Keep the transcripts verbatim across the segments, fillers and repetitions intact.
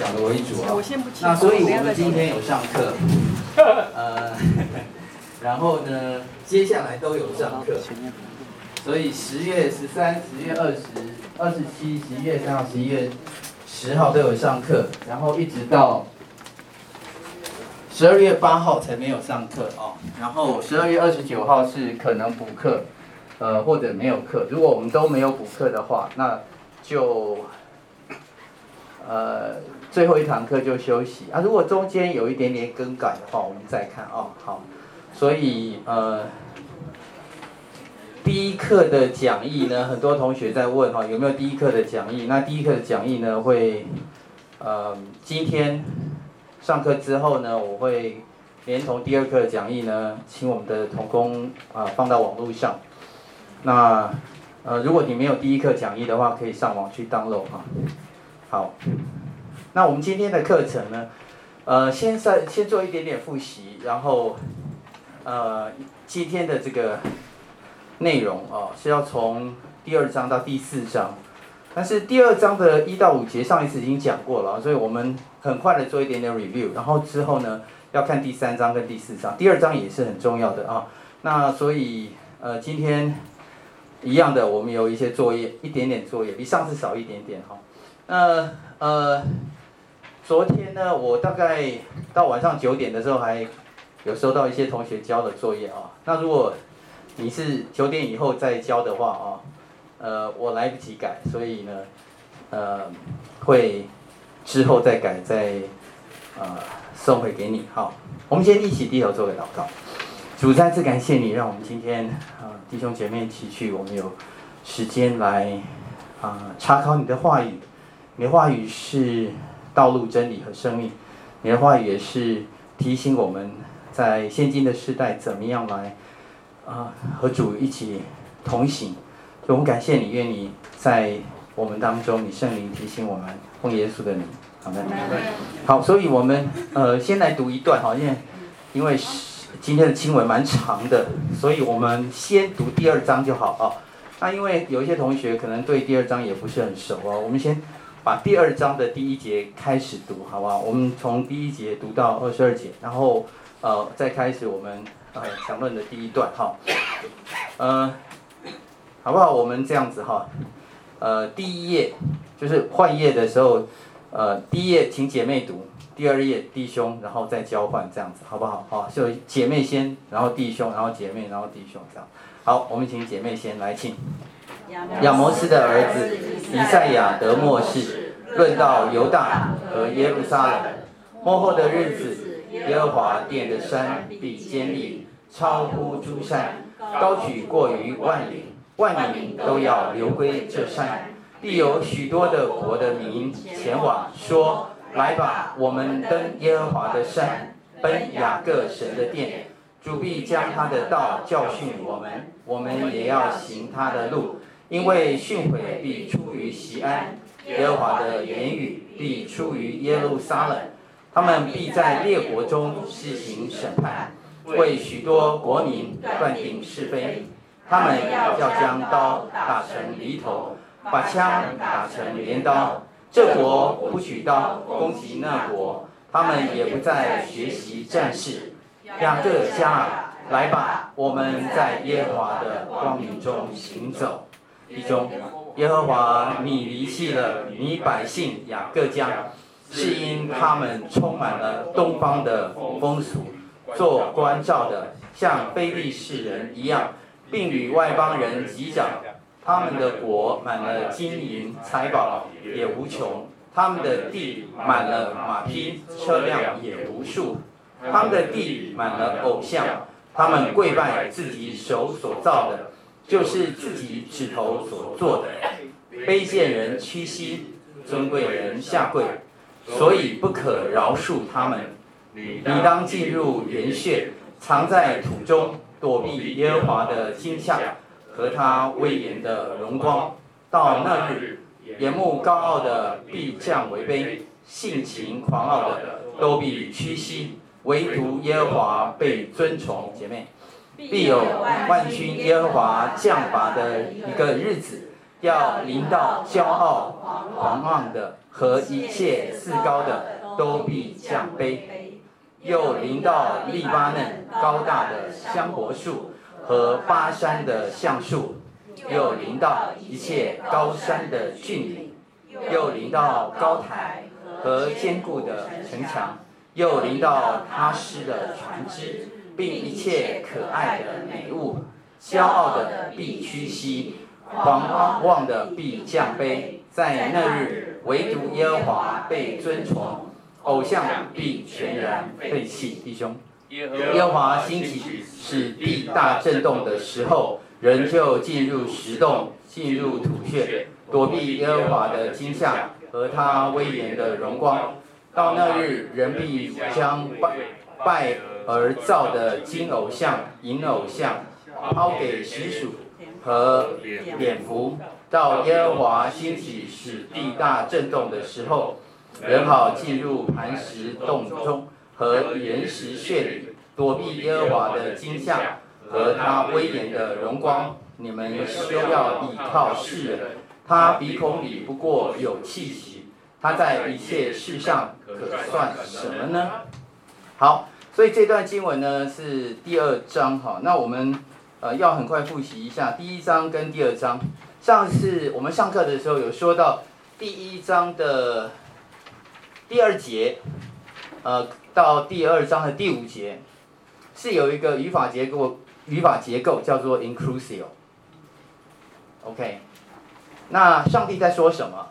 讲的为主啊。那所以我们今天有上课，呃，然后呢，接下来都有上课，所以十月十三、十月二十、二十七、十一月三号、十一月十号都有上课，然后一直到十二月八号才没有上课哦。然后十二月二十九号是可能补课，呃，或者没有课。如果我们都没有补课的话，那就呃最后一堂课就休息啊。如果中间有一点点更改的话，我们再看哦。好，所以呃第一课的讲义呢，很多同学在问哈、哦、有没有第一课的讲义？那第一课的讲义呢会呃今天上课之后呢，我会连同第二课的讲义呢，请我们的同工啊、呃、放到网络上。那呃，如果你没有第一课讲义的话，可以上网去 download 哈。好，那我们今天的课程呢，呃，先在先做一点点复习，然后呃，今天的这个内容哦，是要从第二章到第四章。但是第二章的一到五节上一次已经讲过了，所以我们很快的做一点点 review， 然后之后呢，要看第三章跟第四章，第二章也是很重要的啊。那所以呃，今天一样的，我们有一些作业，一点点作业，比上次少一点点哈。那呃，昨天呢，我大概到晚上九点的时候，还有收到一些同学交的作业啊。那如果你是九点以后再交的话啊，呃，我来不及改，所以呢，呃，会之后再改，再呃送回给你。好，我们先一起低头做个祷告。主，再次感谢你，让我们今天啊、呃、弟兄姐妹一起去，我们有时间来啊、呃、查考你的话语。你的话语是道路、真理和生命，你的话语也是提醒我们在现今的时代怎么样来啊、呃、和主一起同行。所以我们感谢你，愿你在我们当中，你圣灵提醒我们，奉耶稣的名，阿们。好，所以我们呃先来读一段哈，因为因为今天的经文蛮长的，所以我们先读第二章就好啊。那因为有一些同学可能对第二章也不是很熟啊，我们先把第二章的第一节开始读，好不好？我们从第一节读到二十二节，然后呃再开始我们呃讲论的第一段哈，呃。好不好？我们这样子哈，呃，第一页就是换页的时候，呃，第一页请姐妹读，第二页弟兄，然后再交换这样子，好不好？好，所以姐妹先，然后弟兄，然后姐妹，然后弟兄这样。好，我们请姐妹先来，请。亚摩斯的儿子以赛亚得默示，论到犹大和耶路撒冷末后的日子，耶和华殿的山必坚立，超乎诸山，高举过于万里。万民都要流归这山，必有许多的国的民前往，说：来吧，我们登耶和华的山，奔雅各神的殿。主必将他的道教训我们，我们也要行他的路。因为训诲必出于锡安，耶和华的言语必出于耶路撒冷。他们必在列国中施行审判，为许多国民断定是非。他们要将刀打成犁头，把枪打成镰刀。这国不举刀攻击那国，他们也不再学习战事。雅各家啊，来吧，我们在耶和华的光明中行走。弟兄，耶和华你离弃了你百姓雅各家，是因他们充满了东方的风俗，做关照的像非利士人一样，并与外邦人击掌。他们的国满了金银财宝，也无穷；他们的地满了马匹车辆，也无数；他们的地满了偶像，他们跪拜自己手所造的，就是自己指头所做的。卑贱人屈膝，尊贵人下跪，所以不可饶恕他们。你当进入原穴，藏在土中，躲避耶和华的惊吓和他威严的荣光。到那日，眼目高傲的必降为卑，性情狂傲的都必屈膝，唯独耶和华被尊崇。姐妹，必有万军耶和华降罚的一个日子， 要临到骄傲、狂妄的和一切自高的，都必降卑；又临到利巴嫩高大的香柏树和巴山的橡树，又临到一切高山的峻岭，又临到高台和坚固的城墙，又临到他施的船只，并一切可爱的美物。骄傲的必屈膝，狂妄的必降卑。在那日，唯独耶和华被尊崇，偶像必全然废弃。弟兄，耶和华兴起，使地大震动的时候，人就进入石洞，进入土穴，躲避耶和华的惊吓和他威严的荣光。到那日，人必将拜拜而造的金偶像、银偶像抛给石鼠和蝙蝠。到耶和华兴起使地大震动的时候，人好进入磐石洞中和岩石穴里，躲避耶和华的惊吓和他威严的荣光。你们休要倚靠世人，他鼻孔里不过有气息，他在一切事上可算什么呢？好，所以这段经文呢是第二章哈。那我们呃要很快复习一下第一章跟第二章。上次我们上课的时候有说到第一章的第二节，呃到第二章的第五节是有一个语法结构，语法结构叫做 inclusio。OK， 那上帝在说什么？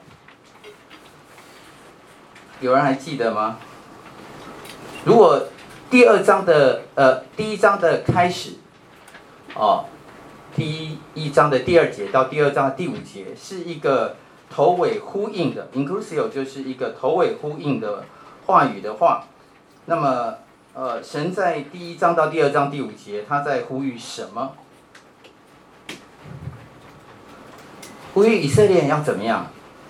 有人还记得吗？如果第二章的呃第一章的开始，哦。第一章的第二节到第二章的第五节是一个头尾呼应的 inclusio， 就是一个头尾呼应的话语的话。那么，呃，神在第一章到第二章第五节，他在呼吁什么？呼吁以色列人要怎么样？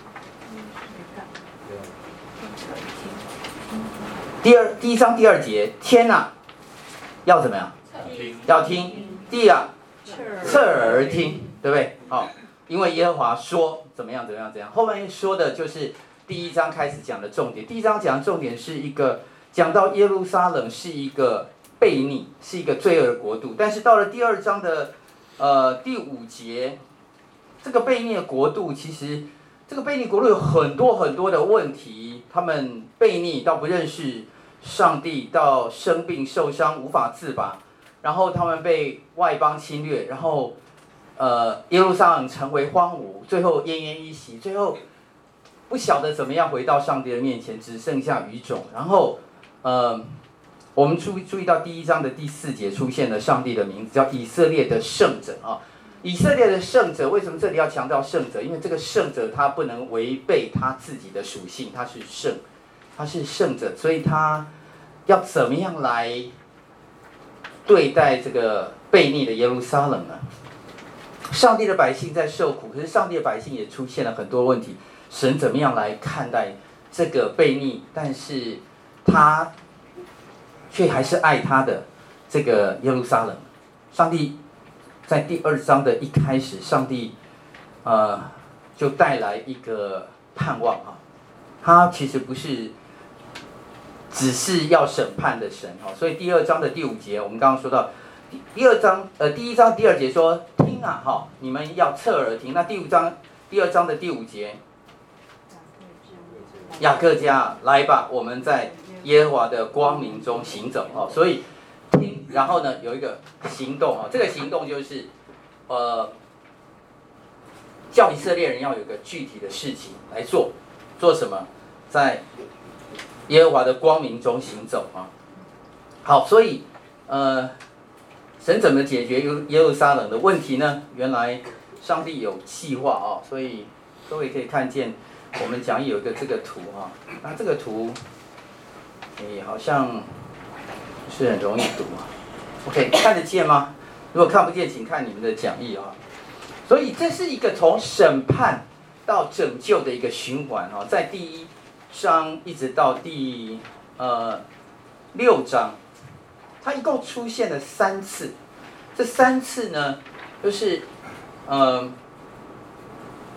第二第一章第二节，天啊，要怎么样？要听。地啊，侧耳而听，对不对？好、哦，因为耶和华说怎么样怎么样怎样，后面说的就是第一章开始讲的重点。第一章讲的重点是一个讲到耶路撒冷是一个悖逆，是一个罪恶的国度。但是到了第二章的呃第五节，这个悖逆的国度其实这个悖逆国度有很多很多的问题，他们悖逆到不认识上帝，到生病受伤无法自拔。然后他们被外邦侵略，然后，呃，耶路撒冷成为荒芜，最后奄奄一息，最后不晓得怎么样回到上帝的面前，只剩下余种。然后，呃，我们注注意到第一章的第四节出现了上帝的名字，叫以色列的圣者啊。以色列的圣者，为什么这里要强调圣者？因为这个圣者他不能违背他自己的属性，他是圣，他是圣者，所以他要怎么样来对待这个悖逆的耶路撒冷呢？上帝的百姓在受苦，可是上帝的百姓也出现了很多问题。神怎么样来看待这个悖逆？但是他却还是爱他的这个耶路撒冷。上帝在第二章的一开始，上帝呃就带来一个盼望啊，他其实不是只是要审判的神哈，所以第二章的第五节，我们刚刚说到，第二章呃第一章第二节说听啊哈，你们要侧耳听。那第五章第二章的第五节，雅各家来吧，我们在耶和华的光明中行走哦。所以听，然后呢有一个行动哦，这个行动就是呃叫以色列人要有一个具体的事情来做，做什么？在耶和华的光明中行走啊。好，所以呃，神怎么解决耶路撒冷的问题呢？原来上帝有计划啊，所以各位可以看见我们讲义有一个这个图啊，那这个图，诶，好像不是很容易读啊。OK， 看得见吗？如果看不见，请看你们的讲义啊。所以这是一个从审判到拯救的一个循环啊，在第一章一直到第呃六章，它一共出现了三次。这三次呢，就是呃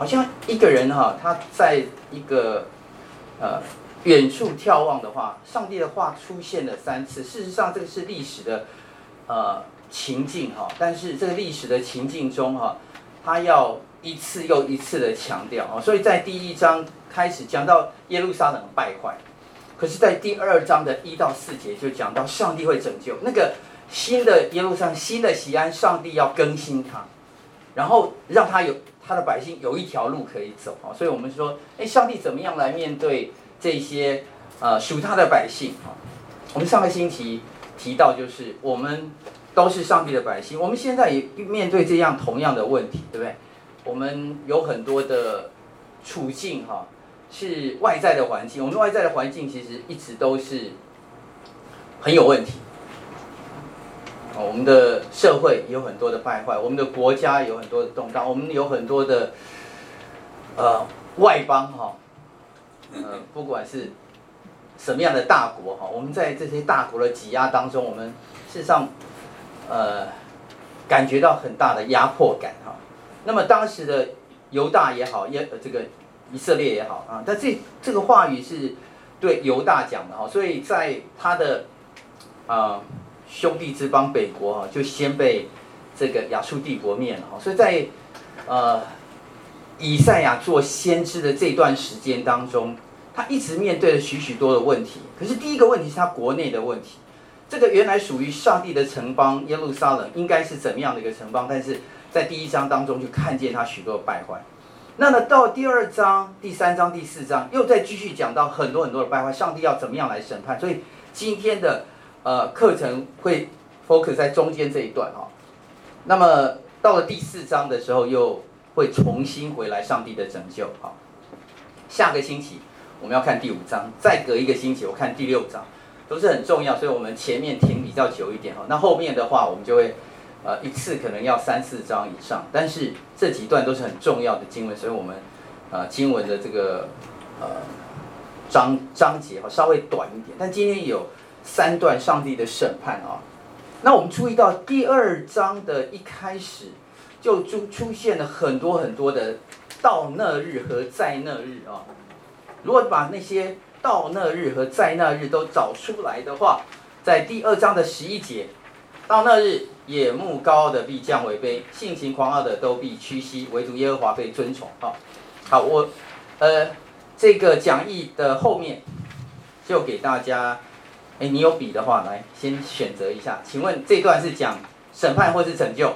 好像一个人哈，他在一个呃远处眺望的话，上帝的话出现了三次。事实上，这个是历史的呃情境哈，但是这个历史的情境中哈，他要一次又一次的强调啊，所以在第一章开始讲到耶路撒冷败坏，可是，在第二章的一到四节就讲到上帝会拯救那个新的耶路撒冷、新的锡安，上帝要更新它，然后让他有他的百姓有一条路可以走啊。所以我们说，哎，上帝怎么样来面对这些呃属他的百姓啊？我们上个星期提到，就是我们都是上帝的百姓，我们现在也面对这样同样的问题，对不对？我们有很多的处境哈，是外在的环境，我们外在的环境其实一直都是很有问题。我们的社会有很多的败坏，我们的国家有很多的动荡，我们有很多的呃外邦哈，呃不管是什么样的大国哈，我们在这些大国的挤压当中，我们事实上呃感觉到很大的压迫感哈。那么当时的犹大也好，耶这个以色列也好啊，但这这个话语是对犹大讲的哈，所以在他的啊、呃、兄弟之邦北国哈，就先被这个亚述帝国灭了哈，所以在呃以赛亚做先知的这段时间当中，他一直面对了许许多的问题。可是第一个问题是他国内的问题，这个原来属于上帝的城邦耶路撒冷应该是怎么样的一个城邦，但是在第一章当中就看见他许多的败坏。那么到第二章、第三章、第四章又再继续讲到很多很多的败坏，上帝要怎么样来审判？所以今天的呃课程会 focus 在中间这一段哈。那么到了第四章的时候，又会重新回来上帝的拯救哈。下个星期我们要看第五章，再隔一个星期我看第六章，都是很重要，所以我们前面停比较久一点哈。那后面的话我们就会。呃，一次可能要三四章以上，但是这几段都是很重要的经文，所以我们呃经文的这个呃章章节哈稍微短一点，但今天有三段上帝的审判啊。那我们注意到第二章的一开始就出出现了很多很多的到那日和在那日啊。如果把那些到那日和在那日都找出来的话，在第二章的十一节，到那日。眼目高傲的必降为卑，性情狂傲的都必屈膝，唯独耶和华被尊崇。好，好，我呃这个讲义的后面就给大家，哎，你有笔的话，来先选择一下。请问这段是讲审判或是拯救？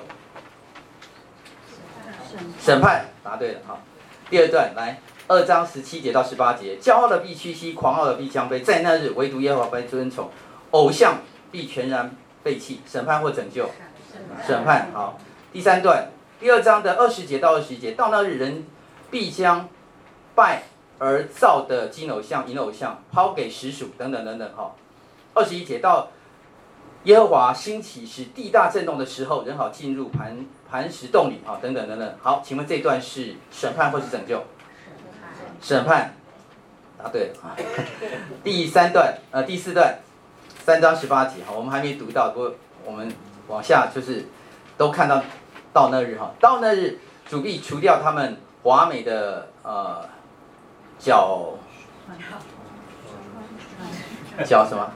审判，答对了。好，第二段来，二章十七节到十八节，骄傲的必屈膝，狂傲的必降卑，在那日唯独耶和华被尊崇，偶像必全然废弃。审判或拯救？审判。好，第三段，第二章的二十节到二十一节，到那日人必将拜而造的金偶像、银偶像抛给石属，等等等等。哈，二十一节到耶和华兴起使地大震动的时候，人好进入磐磐石洞里。好，等等等等。好，请问这段是审判或是拯救？审判。答对了。第三段，呃，第四段，三章十八节。好，我们还没读到，不过我们往下就是都看到到那日哈，到那日主必除掉他们华美的呃脚脚什么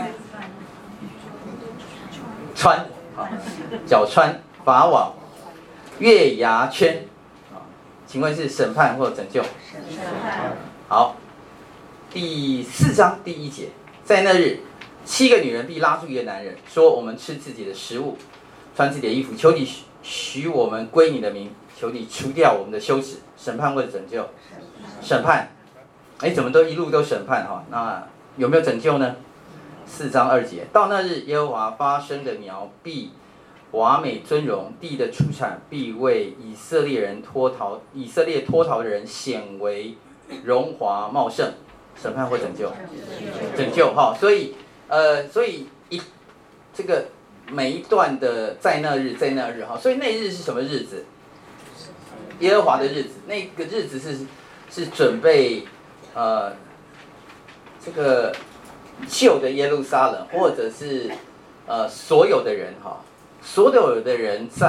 穿啊脚穿法网月牙圈啊，请问是审判或拯救？审判。好，第四章第一节，在那日。七个女人必拉住一个男人，说：“我们吃自己的食物，穿自己的衣服，求你许我们归你的名，求你除掉我们的羞耻。”审判或者拯救？审判。哎，怎么都一路都审判哈？那有没有拯救呢？四章二节，到那日，耶和华发生的苗必华美尊荣，地的出产必为以色列人脱逃，以色列脱逃的人显为荣华茂盛。审判或拯救？拯救哈，所以。呃，所以一这个每一段的在那日，在那日哈，所以那日是什么日子？耶和华的日子，那个日子是是准备呃这个旧的耶路撒冷，或者是呃所有的人哈，所有的人在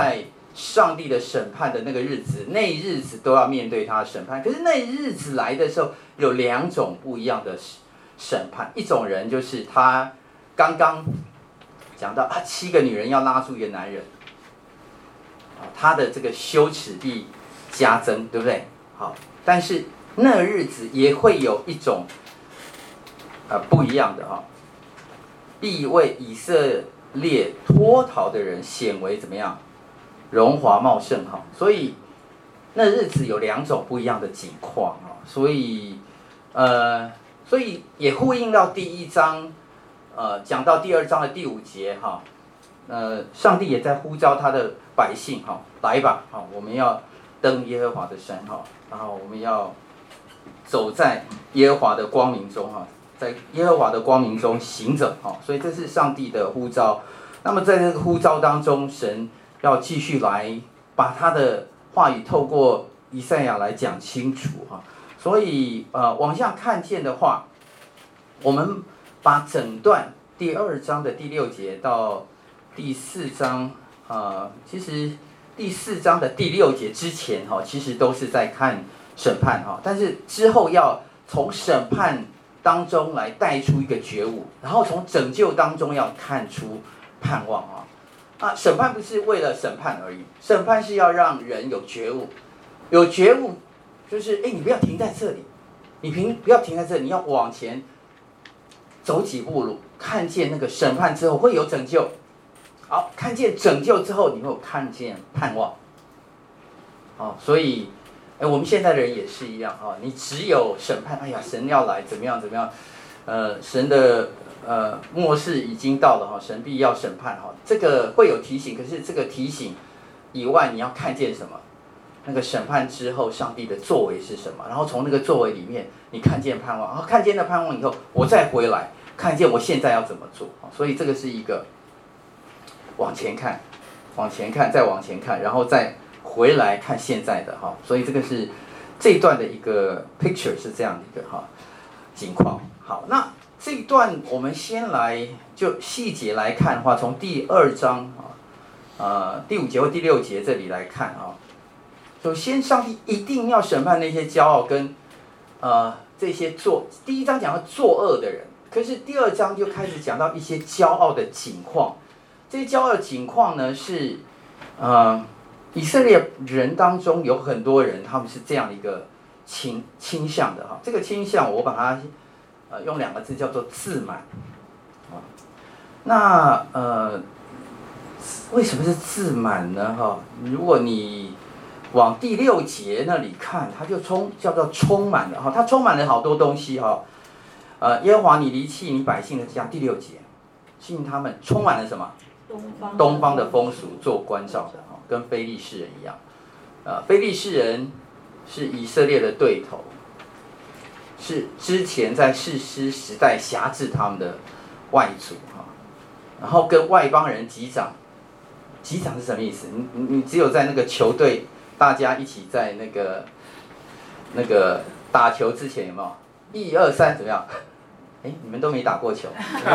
上帝的审判的那个日子，那日子都要面对他的审判。可是那日子来的时候，有两种不一样的审判。一种人就是他刚刚讲到啊，七个女人要拉住一个男人，啊，他的这个羞耻必加增，对不对？好，但是那日子也会有一种呃不一样的哈，必为以色列脱逃的人显为怎么样？荣华茂盛哈，所以那日子有两种不一样的景况哈，所以呃，所以也呼应到第一章，呃，讲到第二章的第五节哈，呃，上帝也在呼召他的百姓哈，来吧，哈，我们要登耶和华的山哈，然后我们要走在耶和华的光明中哈，在耶和华的光明中行走哈，所以这是上帝的呼召。那么在这个呼召当中，神要继续来把他的话语透过以赛亚来讲清楚哈，所以呃往下看见的话，我们把整段第二章的第六节到第四章呃，其实第四章的第六节之前哈，其实都是在看审判哈，但是之后要从审判当中来带出一个觉悟，然后从拯救当中要看出盼望啊。啊，审判不是为了审判而已，审判是要让人有觉悟，有觉悟就是哎，你不要停在这里，你平不要停在这里，你要往前走几步路，看见那个审判之后会有拯救，好，看见拯救之后你会有看见盼望，哦，所以哎，我们现在的人也是一样啊，你只有审判，哎呀，神要来怎么样怎么样，呃，神的。呃，末世已经到了哈，神必要审判哈，这个会有提醒，可是这个提醒以外，你要看见什么？那个审判之后，上帝的作为是什么？然后从那个作为里面，你看见盼望，然后看见了盼望以后，我再回来看见我现在要怎么做。所以这个是一个往前看，往前看，再往前看，然后再回来看现在的哈。所以这个是这一段的一个 picture 是这样的一个哈情况。好，那。这一段我们先来就细节来看的话，从第二章啊，呃第五节或第六节这里来看啊。首先，上帝一定要审判那些骄傲跟呃这些做第一章讲到作恶的人，可是第二章就开始讲到一些骄傲的景况。这些骄傲的景况呢是呃以色列人当中有很多人他们是这样的一个倾倾向的哈。这个倾向我把它。呃，用两个字叫做自满，啊，那呃，为什么是自满呢？哈，如果你往第六节那里看，它就充叫做充满了哈，它充满了好多东西哈。呃，耶和华你离弃你百姓的家，第六节，信他们充满了什么？东方东方的风俗做关照的哈，跟非利士人一样。呃，非利士人是以色列的对头。是之前在士师时代辖制他们的外族哈，然后跟外邦人击掌，击掌是什么意思？你你你只有在那个球队大家一起在那个那个打球之前有没有？一二三怎么样？哎，你们都没打过球。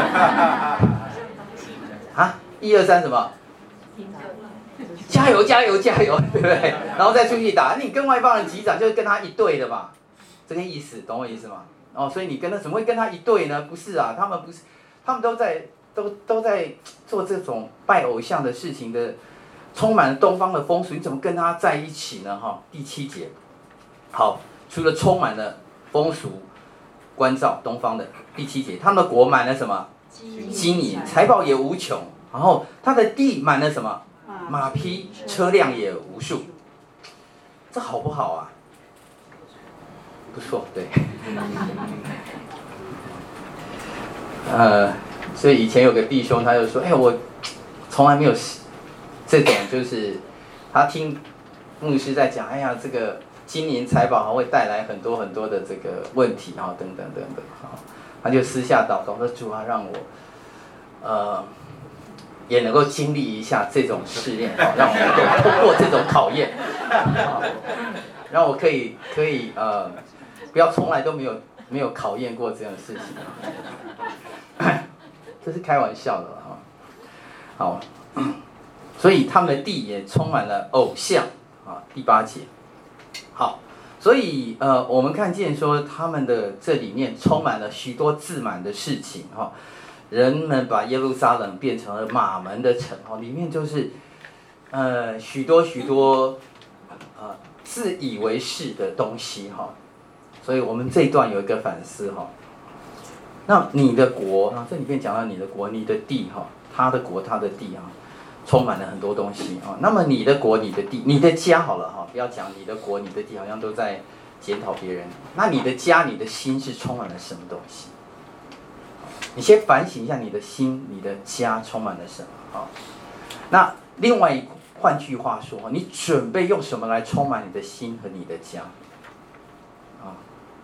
啊，一二三什么？加油加油加油，对不对？然后再出去打，你跟外邦人击掌就是跟他一队的嘛。这个意思，懂我意思吗？哦，所以你跟他怎么会跟他一对呢？不是啊，他们不是，他们都在都都在做这种拜偶像的事情的，充满了东方的风俗，你怎么跟他在一起呢？哈，第七节，好，除了充满了风俗关照东方的第七节，他们的国满了什么？金银，财宝也无穷，然后他的地满了什么？马匹，车辆也无数，这好不好啊？不错，对。呃，所以以前有个弟兄，他就说：“哎，我从来没有这种，就是他听牧师在讲，哎呀，这个金银财宝会带来很多很多的这个问题，然后等等等等，哈，他就私下祷告说：主啊，让我呃也能够经历一下这种试炼，哈，让我能够通过这种考验，让我可以可以呃。”不要从来都没有没有考验过这样的事情，这是开玩笑的哈。好， 所以他们的地也充满了偶像啊。第八节，好，所以呃，我们看见说他们的这里面充满了许多自满的事情哈。人们把耶路撒冷变成了马门的城哈，里面就是呃许多许多呃自以为是的东西哈。所以我们这一段有一个反思哈。那你的国啊，这里面讲到你的国、你的地哈，他的国、他的地啊，充满了很多东西啊。那么你的国、你的地、你的家好了哈，不要讲你的国、你的地，好像都在检讨别人。那你的家、你的心是充满了什么东西？你先反省一下你的心、你的家充满了什么啊？那另外换句话说，你准备用什么来充满你的心和你的家？啊，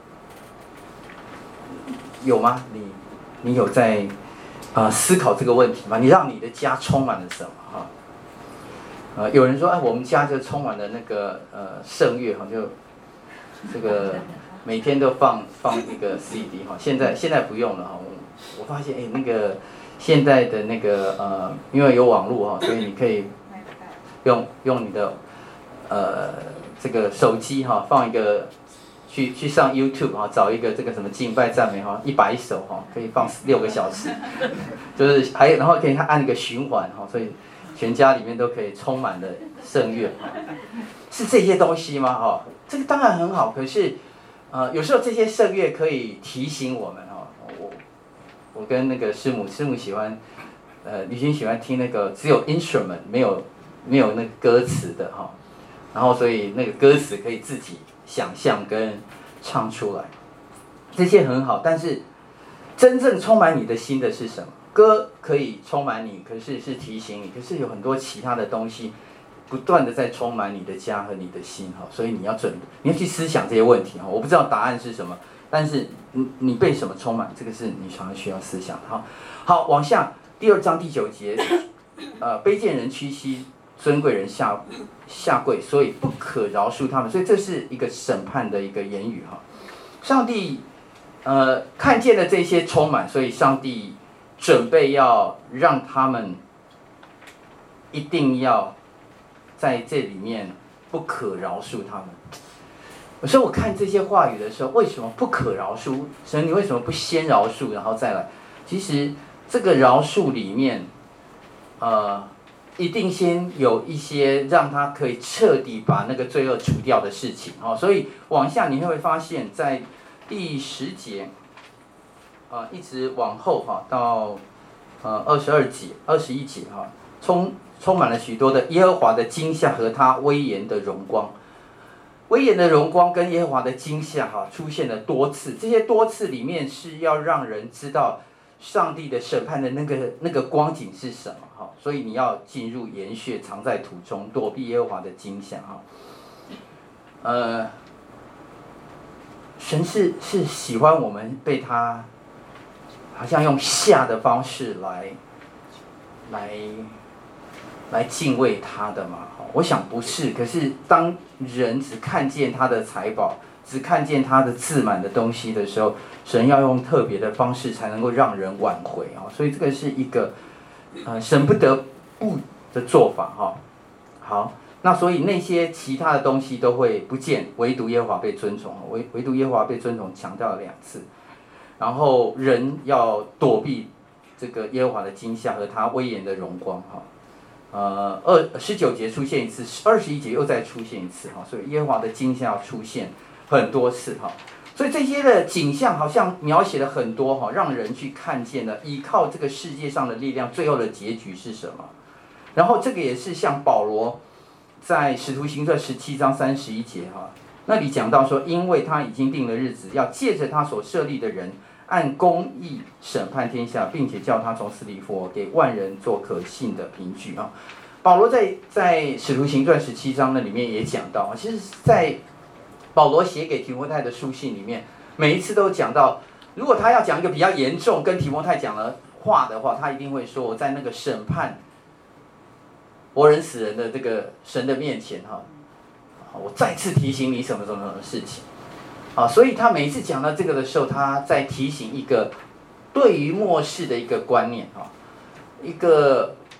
有吗？你你有在啊、呃、思考这个问题吗？你让你的家充满了什么？哈，呃，有人说，哎，我们家就充满了那个呃圣乐哈，就这个每天都放放一个 C D 哈，现在现在不用了哈。我发现哎，那个现在的那个呃，因为有网络哈，所以你可以用用你的呃这个手机哈，放一个去去上 YouTube 哈，找一个这个什么敬拜赞美哈，一百首哈，可以放六个小时，就是还有然后可以按一个循环哈，所以全家里面都可以充满了圣乐哈，是这些东西吗？哈，这个当然很好，可是呃有时候这些圣乐可以提醒我们哈，我。我跟那个师母，师母喜欢，呃，吕欣喜欢听那个只有 instrument 没有没有那个歌词的哈，然后所以那个歌词可以自己想象跟唱出来，这些很好。但是真正充满你的心的是什么？歌可以充满你，可是是提醒你，可是有很多其他的东西不断的在充满你的家和你的心哈，所以你要准，你要去思想这些问题哈。我不知道答案是什么。但是你你被什么充满？这个是你常常需要思想的哈。好，往下第二章第九节，呃，卑贱人屈膝，尊贵人下下跪，所以不可饶恕他们。所以这是一个审判的一个言语哈。上帝呃看见了这些充满，所以上帝准备要让他们一定要在这里面不可饶恕他们。有时候我看这些话语的时候，为什么不可饶恕？神，你为什么不先饶恕，然后再来？其实这个饶恕里面，呃，一定先有一些让他可以彻底把那个罪恶除掉的事情哦。所以往下你会发现，在第十节，啊、呃，一直往后哈、啊、到呃二十二节、二十一节哈、啊，充充满了许多的耶和华的惊吓和他威严的荣光。威严的荣光跟耶和华的惊吓哈出现了多次，这些多次里面是要让人知道上帝的审判的那个那个光景是什么哈，所以你要进入岩穴，藏在土中，躲避耶和华的惊吓哈。呃，神是是喜欢我们被他好像用吓的方式来来。来敬畏他的嘛？我想不是。可是当人只看见他的财宝，只看见他的自满的东西的时候，神要用特别的方式才能够让人挽回啊！所以这个是一个呃神不得不的做法哈。好，那所以那些其他的东西都会不见，唯独耶和华被尊崇，唯唯独耶和华被尊崇，强调了两次。然后人要躲避这个耶和华的惊吓和他威严的荣光哈。呃，二十九节出现一次，二十一节又再出现一次哈，所以耶和华的惊吓出现很多次哈，所以这些的景象好像描写了很多哈，让人去看见了依靠这个世界上的力量，最后的结局是什么？然后这个也是像保罗在使徒行传十七章三十一节哈，那里讲到说，因为他已经定了日子，要借着他所设立的人。按公义审判天下，并且叫他从死里复活，给万人做可信的凭据啊！保罗在在使徒行传十七章那里面也讲到，其实，在保罗写给提摩太的书信里面，每一次都讲到，如果他要讲一个比较严重跟提摩太讲的话的话，他一定会说，我在那个审判活人死人的这个神的面前哈，我再次提醒你什么什么什么事情。啊，所以他每一次讲到这个的时候，他在提醒一个对于末世的一个观念啊，一个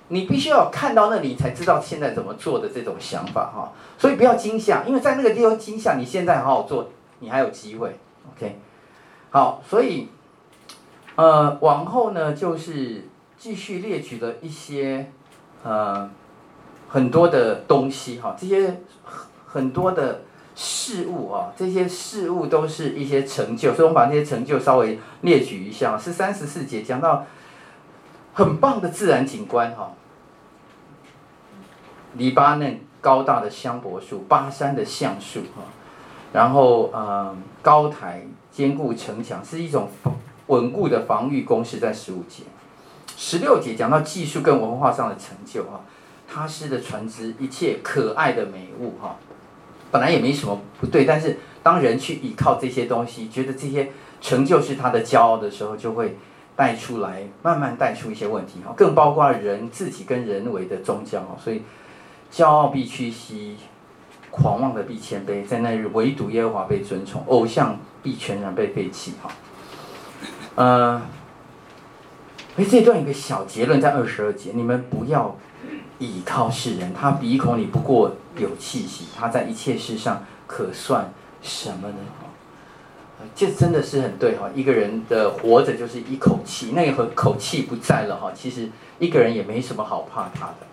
你必须要看到那里，你才知道现在怎么做的这种想法哈。所以不要惊吓，因为在那个地方惊吓，你现在好好做，你还有机会。OK， 好，所以呃往后呢，就是继续列举了一些呃很多的东西哈，这些很多的事物啊，这些事物都是一些成就，所以我们把这些成就稍微列举一下。是三十四节讲到很棒的自然景观哈，黎巴嫩高大的香柏树，巴山的橡树哈，然后呃高台坚固城墙是一种稳固的防御工事，在十五节。十六节讲到技术跟文化上的成就哈，他施的船只一切可爱的美物哈，本来也没什么不对，但是当人去依靠这些东西，觉得这些成就是他的骄傲的时候，就会带出来，慢慢带出一些问题哈，更包括人自己跟人为的宗教哈，所以骄傲必屈膝，狂妄的必谦卑，在那日唯独耶和华被尊崇，偶像必全然被废弃哈。呃，所以这段有个小结论在二十二节，你们不要倚靠世人，他鼻孔里不过有气息，他在一切事上可算什么呢？这真的是很对哈，一个人的活着就是一口气，那个口气不在了哈，其实一个人也没什么好怕他的。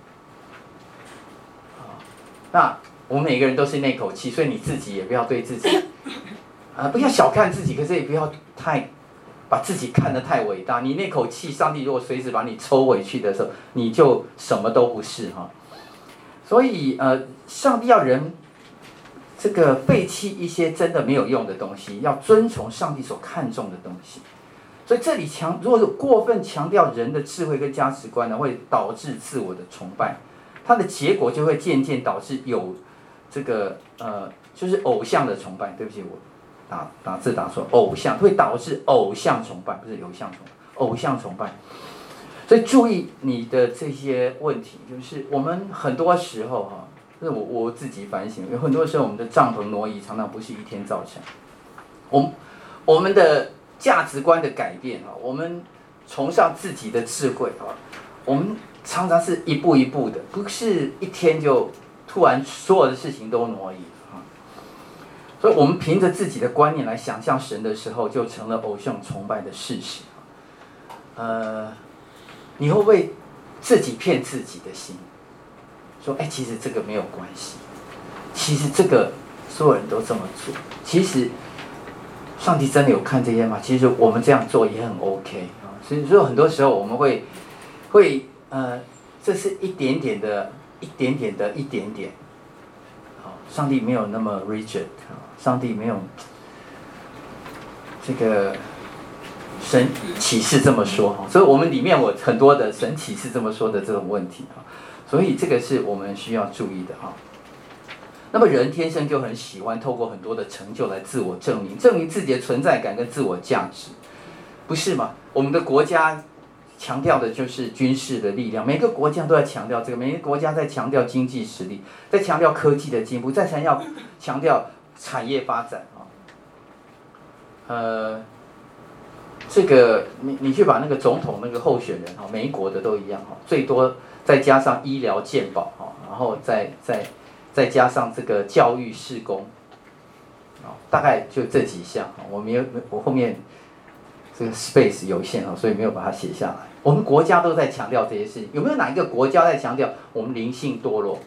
那我们每个人都是那口气，所以你自己也不要对自己啊，不要小看自己，可是也不要太把自己看得太伟大。你那口气，上帝如果随时把你抽回去的时候，你就什么都不是哈。所以呃，上帝要人这个废弃一些真的没有用的东西，要遵从上帝所看重的东西。所以这里强，如果过分强调人的智慧跟价值观呢，会导致自我的崇拜。它的结果就会渐渐导致有这个呃，就是偶像的崇拜。对不起，我打打字打错，偶像会导致偶像崇拜，不是偶像崇拜，偶像崇拜。所以注意你的这些问题，就是我们很多时候哈，是我我自己反省，有很多时候我们的帐篷挪移常常不是一天造成，我们我们的价值观的改变啊，我们崇尚自己的智慧啊，我们常常是一步一步的，不是一天就突然所有的事情都挪移啊。所以我们凭着自己的观念来想象神的时候，就成了偶像崇拜的事实。呃，你会不会自己骗自己的心？说，哎，其实这个没有关系，其实这个所有人都这么做，其实上帝真的有看这些吗？其实我们这样做也很 OK 啊。所以说很多时候我们会会呃，这是一点点的，一点点的，一点点。好，上帝没有那么 rigid 啊，上帝没有这个神启示这么说哈。所以我们里面我很多的神启示这么说的这种问题啊，所以这个是我们需要注意的哈。那么人天生就很喜欢透过很多的成就来自我证明，证明自己的存在感跟自我价值，不是吗？我们的国家强调的就是军事的力量，每个国家都在强调这个，每个国家在强调经济实力，在强调科技的进步，在强调强调产业发展啊。呃，这个你你去把那个总统那个候选人哈，每一国的都一样哈，最多再加上医疗健保哈，然后再再再加上这个教育事工，啊，大概就这几项。我没有，我后面这个 space 有限啊，所以没有把它写下来。我们国家都在强调这些事情，有没有哪一个国家在强调我们灵性堕落、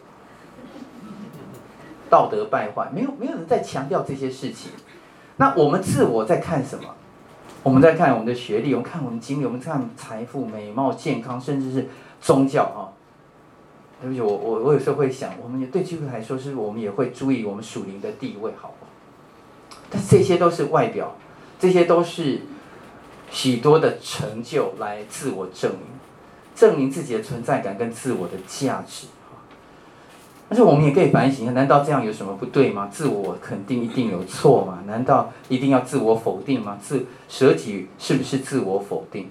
道德败坏？没有，没有人在强调这些事情。那我们自我在看什么？我们在看我们的学历，我们看我们经历，我们看财富、美貌、健康，甚至是宗教哈。对不起，我我我有时候会想，我们对基督徒来说，是我们也会注意我们属灵的地位，好不好？但是这些都是外表，这些都是许多的成就来自我证明，证明自己的存在感跟自我的价值。但是我们也可以反省，难道这样有什么不对吗？自我肯定一定有错吗？难道一定要自我否定吗？自舍己是不是自我否定？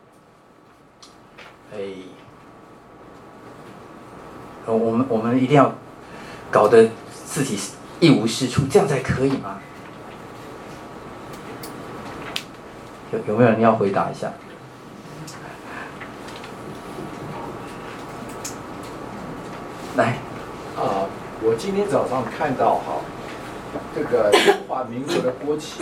哎，我们我们一定要搞得自己一无是处，这样才可以吗？有有没有人要回答一下？ 来， 啊，我今天早上看到哈，这个中华民国的国旗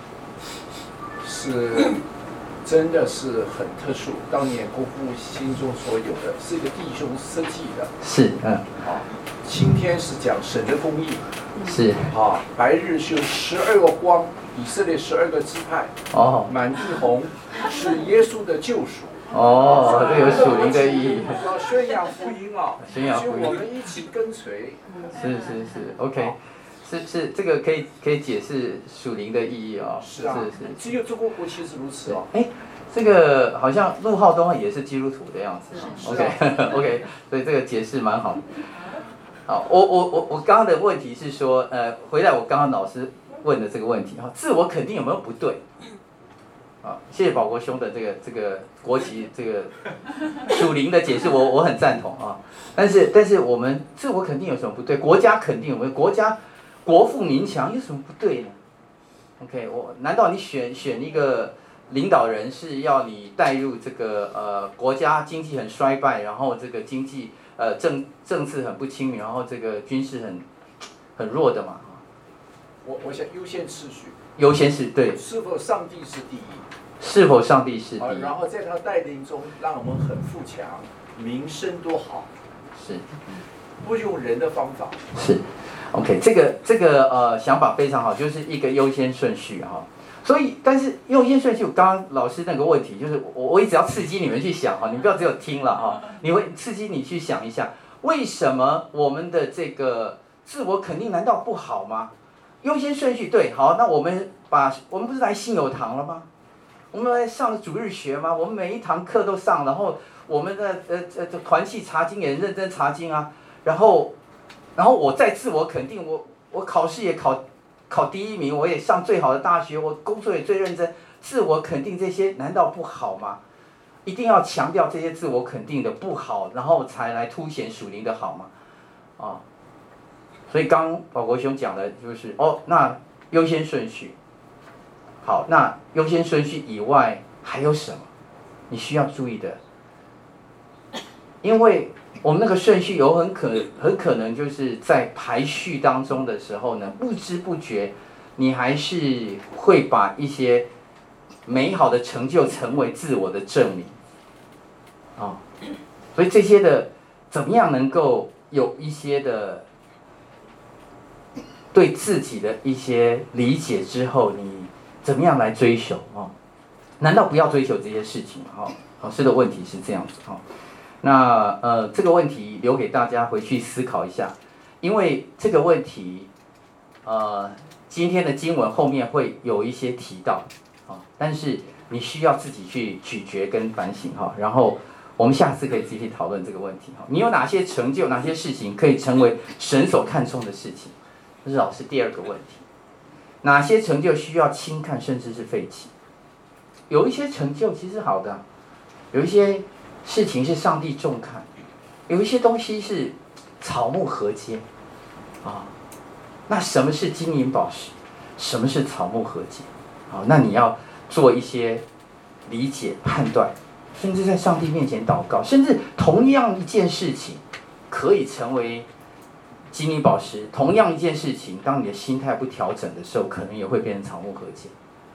是真的是很特殊，当年国父心中所有的，是一个弟兄设计的。 是，嗯， 啊，青天是讲神的公义， 是， 啊，白日是有十二个光，以色列十二个支派， 哦， 满地红是耶稣的救赎。 哦，这有属灵的意义。 要宣扬福音啊， 宣扬福音， 所以我们一起跟随。 是是是 ，OK， 是是这个可以可以解释属灵的意义啊、哦。 是啊， 是是， 只有中国国旗是如此哦。 哎，这个好像陆浩东也是基督徒的样子。OK 啊、 OK， 所以这个解释蛮好的。好，我我我我刚刚的问题是说，呃，回来我刚刚老师问的这个问题哈，自我肯定有没有不对？啊，谢谢保国兄的这个这个国旗这个属灵的解释，我我很赞同啊。但是但是我们自我肯定有什么不对？国家肯定有没有？国家国富民强有什么不对呢 ？OK， 我难道你选选一个领导人是要你带入这个呃国家经济很衰败，然后这个经济呃政政治很不清明，然后这个军事很很弱的嘛？ 我我想优先次序。 优先是对。 是否上帝是第一？ 是否上帝是第一？ 然后在他带领中，让我们很富强，民生多好。 是。 不用人的方法。 是。OK， 这个这个呃想法非常好，就是一个优先顺序哈。所以，但是优先顺序，刚刚老师那个问题，就是我我一直要刺激你们去想哈，你不要只有听了哈，你会刺激你去想一下，为什么我们的这个自我肯定难道不好吗？优先顺序对，好，那我们把我们不是来信友堂了吗？我们来上主日学吗？我们每一堂课都上，然后我们的呃呃团契查经也认真查经啊，然后然后我再自我肯定，我我考试也考考第一名，我也上最好的大学，我工作也最认真，自我肯定这些难道不好吗？一定要强调这些自我肯定的不好，然后才来凸显属灵的好吗？啊，所以刚保国兄讲的就是哦，那优先顺序。好，那优先顺序以外还有什么你需要注意的？因为我们那个顺序有很可很可能就是在排序当中的时候呢，不知不觉你还是会把一些美好的成就成为自我的证明啊、哦，所以这些的怎么样能够有一些的对自己的一些理解之后，你怎么样来追求啊？难道不要追求这些事情吗？哈，老师的问题是这样子哈。那呃，这个问题留给大家回去思考一下，因为这个问题，呃，今天的经文后面会有一些提到啊，但是你需要自己去咀嚼跟反省哈。然后我们下次可以继续讨论这个问题哈。你有哪些成就，哪些事情可以成为神所看重的事情？这是老师第二个问题。哪些成就需要轻看，甚至是废弃？有一些成就其实好的，有一些事情是上帝重看，有一些东西是草木禾秸，啊，那什么是金银宝石？什么是草木禾秸？好，那你要做一些理解、判断，甚至在上帝面前祷告，甚至同样一件事情可以成为金银宝石，同样一件事情，当你的心态不调整的时候，可能也会变成草木禾秸。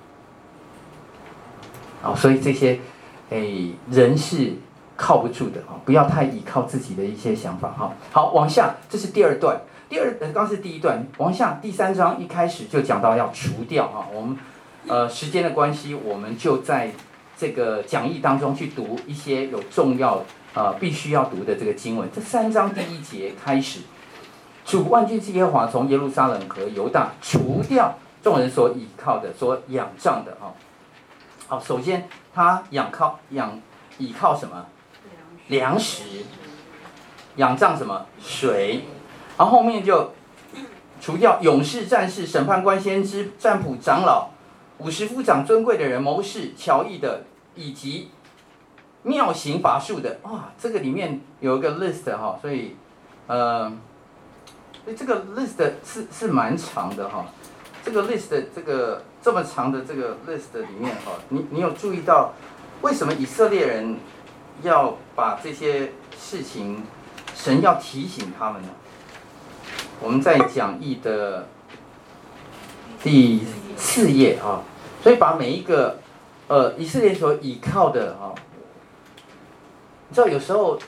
啊，所以这些，诶，人是靠不住的啊，不要太依靠自己的一些想法哈。好，往下，这是第二段，第二呃，刚是第一段，往下第三章一开始就讲到要除掉啊。我们呃时间的关系，我们就在这个讲义当中去读一些有重要呃必须要读的这个经文。这三章第一节开始。主万军之耶和华从耶路撒冷和犹大除掉众人所倚靠的、所仰仗的啊。好，首先他仰靠、仰倚靠什么？粮食。仰仗什么？水。然后后面就除掉勇士、战士、审判官、先知、占卜、长老、五十夫长、尊贵的人、谋士、巧艺的，以及妙行法术的。哇，这个里面有一个 list 哈，所以呃。这个 list 是是蛮长的哈，这个 list 这个这么长的这个 list 里面哈，你你有注意到为什么以色列人要把这些事情神要提醒他们呢？我们在讲义的第四页啊，所以把每一个呃以色列所倚靠的啊，你知道有时候，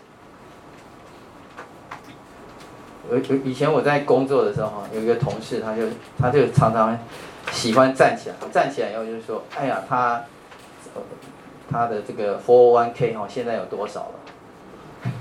有有以前我在工作的时候哈，有一个同事他就他就常常喜欢站起来，站起来以后就是说，哎呀他。他的这个 四零一 K 哈，现在有多少了？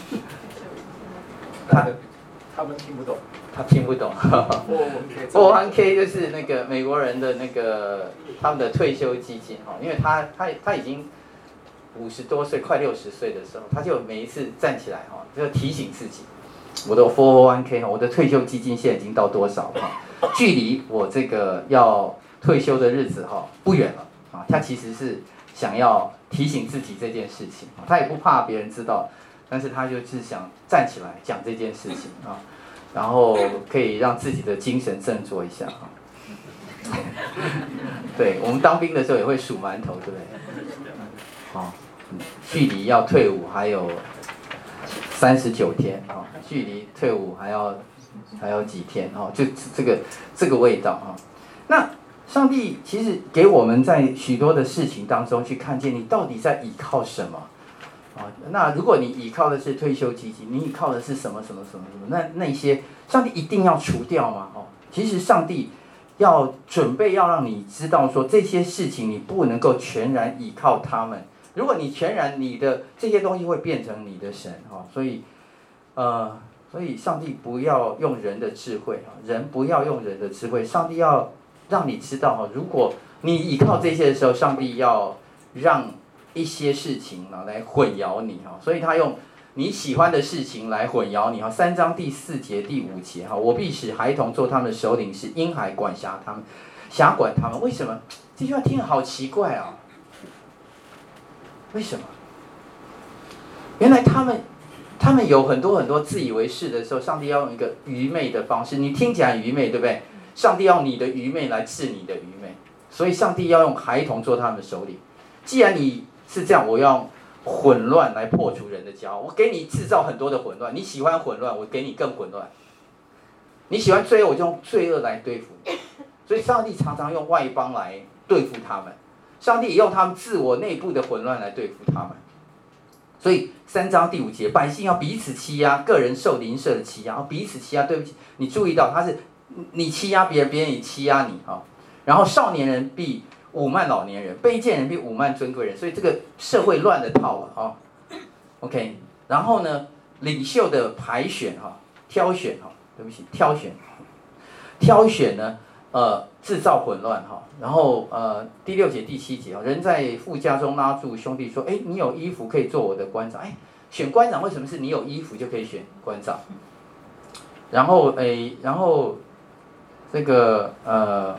他他们听不懂， 他听不懂。四零一 K 就是那个美国人的那个他们的退休基金哈，因为他他他已经五十多岁，快六十岁的时候，他就每一次站起来哈，就提醒自己，我的 四零一 K 我的退休基金现在已经到多少哈，距离我这个要退休的日子哈不远了啊，他其实是。想要提醒自己这件事情，他也不怕别人知道，但是他就是想站起来讲这件事情啊，然后可以让自己的精神振作一下啊。对，我们当兵的时候也会数馒头，对不对？好，距离要退伍还有三十九天啊，距离退伍还要还有几天啊？就这个这个味道啊，那。上帝其实给我们在许多的事情当中去看见你到底在倚靠什么啊？那如果你倚靠的是退休基金，你倚靠的是什么什么什么什么？那那些上帝一定要除掉吗？哦，其实上帝要准备要让你知道说这些事情你不能够全然倚靠他们。如果你全然你的这些东西会变成你的神哈，所以呃，所以上帝不要用人的智慧啊，人不要用人的智慧，上帝要。让你知道哈，如果你依靠这些的时候，上帝要让一些事情啊来混淆你哈，所以他用你喜欢的事情来混淆你哈。三章第四节、第五节哈，我必使孩童做他们的首领，使婴孩管辖他们，辖管他们。为什么这句话听得好奇怪啊？为什么？原来他们他们有很多很多自以为是的时候，上帝要用一个愚昧的方式，你听起来愚昧，对不对？上帝要你的愚昧来治你的愚昧，所以上帝要用孩童做他们的首领。既然你是这样，我要混乱来破除人的骄傲，我给你制造很多的混乱。你喜欢混乱，我给你更混乱。你喜欢罪恶，我就用罪恶来对付你。所以上帝常常用外邦来对付他们，上帝也用他们自我内部的混乱来对付他们。所以三章第五节，百姓要彼此欺压，个人受邻舍的欺压，彼此欺压。对不起，你注意到他是。你欺压别人，别人也欺压你啊。然后少年人必侮慢老年人，卑贱人必侮慢尊贵人，所以这个社会乱了套了啊。OK， 然后呢，领袖的排选哈，挑选哈，对不起，挑选，挑选呢，呃，制造混乱哈。然后呃，第六节、第七节啊，人在父家中拉住兄弟说，哎，你有衣服可以做我的官长，哎，选官长为什么是你有衣服就可以选官长？然后哎，然后。这个呃，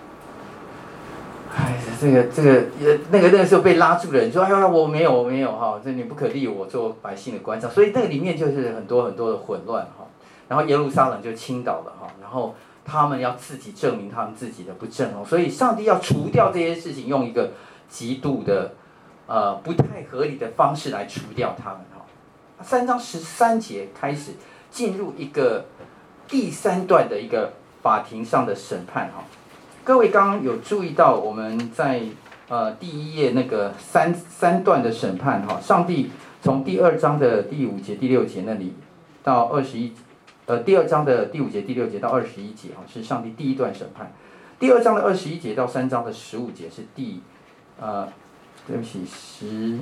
哎，这个这个呃，那个那个时候被拉住的人说：“哎呀，我没有，我没有哈，这你不可立我做百姓的官长。”所以那个里面就是很多很多的混乱哈。然后耶路撒冷就倾倒了哈，然后他们要自己证明他们自己的不正哦，所以上帝要除掉这些事情，用一个极度的呃不太合理的方式来除掉他们哈。三章十三节开始进入一个第三段的一个。法庭上的审判哈，各位刚刚有注意到我们在呃第一页那个三三段的审判哈，上帝从第二章的第五节、第六节那里到二十一，呃第二章的第五节、第六节到二十一节哈，是上帝第一段审判；第二章的二十一节到三章的十五节是第呃对不起十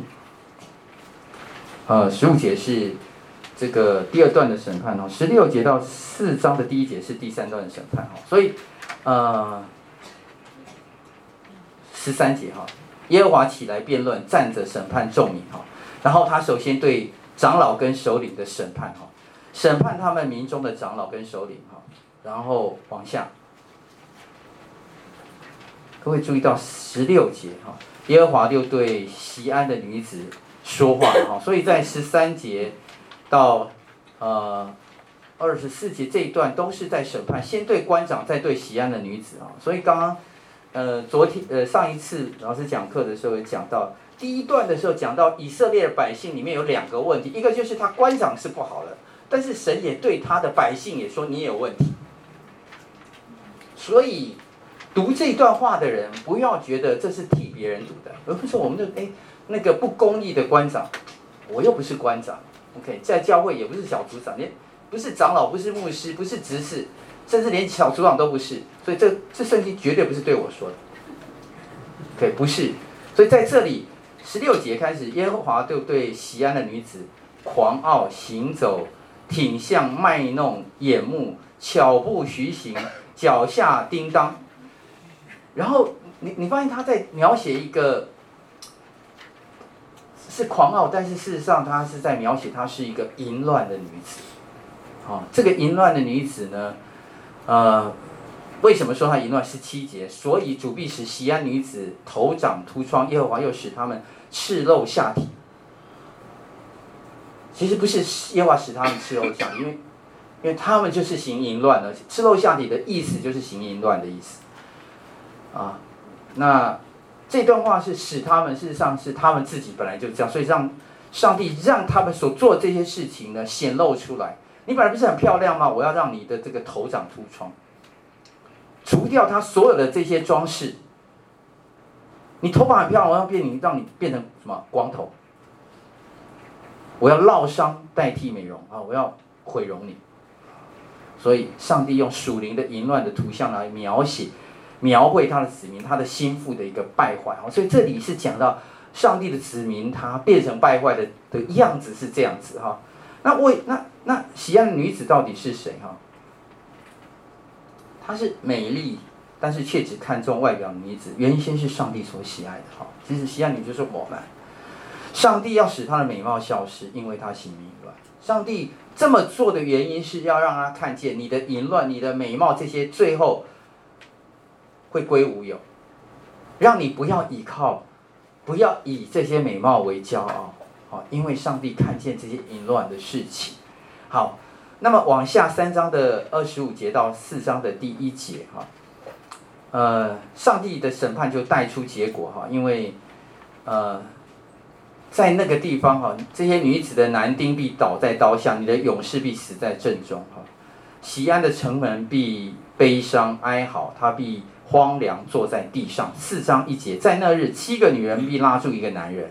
呃十五节是。这个第二段的审判哦，十六节到四章的第一节是第三段的审判哦，所以呃十三节哈，耶和华起来辩论，站着审判众民哈，然后他首先对长老跟首领的审判哈，审判他们民中的长老跟首领哈，然后往下，各位注意到十六节哈，耶和华就对锡安的女子说话哈，所以在十三节。到呃二十四节这一段都是在审判，先对官长，再对锡安的女子啊。所以刚刚呃昨天呃上一次老师讲课的时候有讲到，第一段的时候讲到以色列的百姓里面有两个问题，一个就是他官长是不好的， 但是神也对他的百姓也说你也有问题。所以读这段话的人不要觉得这是替别人读的，而不是我们的哎那个不公义的官长，我又不是官长 ，OK， 在教会也不是小组长，连不是长老，不是牧师，不是执事，甚至连小组长都不是，所以这这圣经绝对不是对我说的 ，OK， 不是。所以在这里十六节开始，耶和华就对西安的女子狂傲行走，挺向卖弄眼目，巧步徐行，脚下叮当。然后你你发现他在描写一个是狂傲，但是事实上他是在描写她是一个淫乱的女子。哦，这个淫乱的女子呢，呃，为什么说她淫乱？十七节，所以主必使西安女子头长秃疮，耶和华又使他们赤露下体。其实不是耶和华使他们赤露下体，因为因为他们就是行淫乱的。赤露下体的意思就是行淫乱的意思。啊，那这段话是使他们，事实上是他们自己本来就这样，所以让上帝让他们所做的这些事情呢显露出来。你本来不是很漂亮吗？我要让你的这个头长秃疮，除掉他所有的这些装饰。你头发很漂亮，我要变你让你变成什么光头？我要烙伤代替美容啊！我要毁容你。所以上帝用属灵的淫乱的图像来描写。描绘他的子民，他的心腹的一个败坏，所以这里是讲到上帝的子民，他变成败坏的的样子是这样子哈。那为那那西安的女子到底是谁哈？她是美丽，但是却只看重外表的女子，原先是上帝所喜爱的哈。其实西安女就是我们，上帝要使她的美貌消失，因为她行淫乱。上帝这么做的原因是要让她看见你的淫乱、你的美貌这些最后会归无有，让你不要依靠，不要以这些美貌为骄傲，好，因为上帝看见这些淫乱的事情。好，那么往下三章的二十五节到四章的第一节哈，呃，上帝的审判就带出结果哈，因为呃，在那个地方哈，这些女子的男丁必倒在刀下，你的勇士必死在阵中哈，西安的城门必悲伤哀嚎，他必荒凉坐在地上。四章一节，在那日，七个女人必拉住一个男人，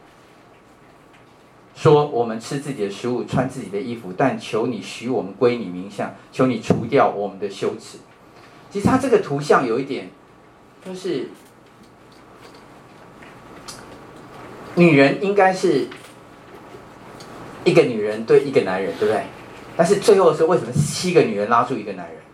说：“我们吃自己的食物，穿自己的衣服，但求你许我们归你名下，求你除掉我们的羞耻。”其实他这个图像有一点，就是女人应该是一个女人对一个男人，对不对？但是最后的时候，为什么七个女人拉住一个男人？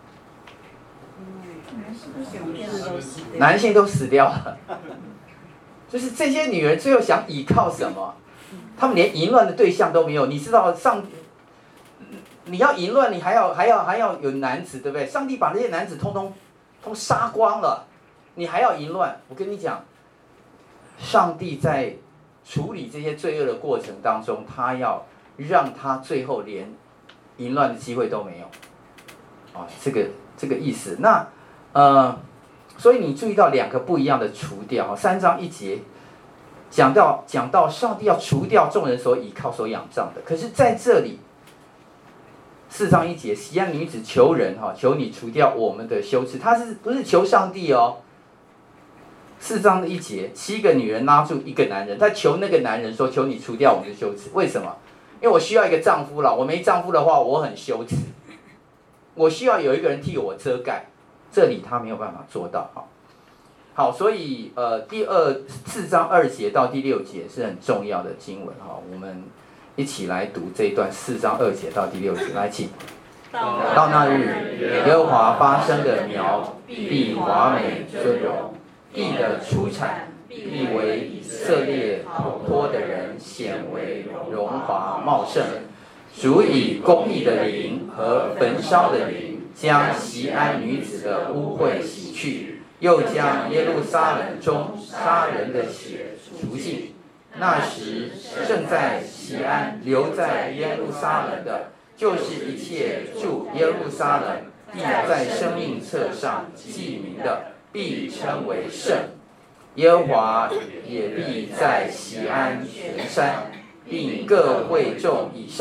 男性都死掉了，就是这些女人最后想依靠什么？他们连淫乱的对象都没有。你知道上，你要淫乱，你还要还要还要有男子，对不对？上帝把这些男子通通通杀光了，你还要淫乱？我跟你讲，上帝在处理这些罪恶的过程当中，他要让他最后连淫乱的机会都没有。啊，这个这个意思。那呃。所以你注意到两个不一样的除掉，三章一节讲到讲到上帝要除掉众人所倚靠所仰仗的，可是在这里四章一节，西安女子求人哈，求你除掉我们的羞耻，她是不是求上帝哦？四章的一节，七个女人拉住一个男人，她求那个男人说：“求你除掉我们的羞耻。”为什么？因为我需要一个丈夫了，我没丈夫的话，我很羞耻，我需要有一个人替我遮盖。这里他没有办法做到，好，好，所以呃，第二四章二节到第六节是很重要的经文哈，我们一起来读这一段四章二节到第六节，来，请。到那日，耶和华发生的苗必华美尊荣，地的出产必为以色列逃脱的人显为荣华茂盛，主以公义的灵和焚烧的灵。将西安女子的污秽洗去，又将耶路撒冷中杀人的血除尽。那时正在西安留在耶路撒冷的，就是一切住耶路撒冷必在生命册上记名的，必称为圣。耶和华也必在西安全山，并各会众以上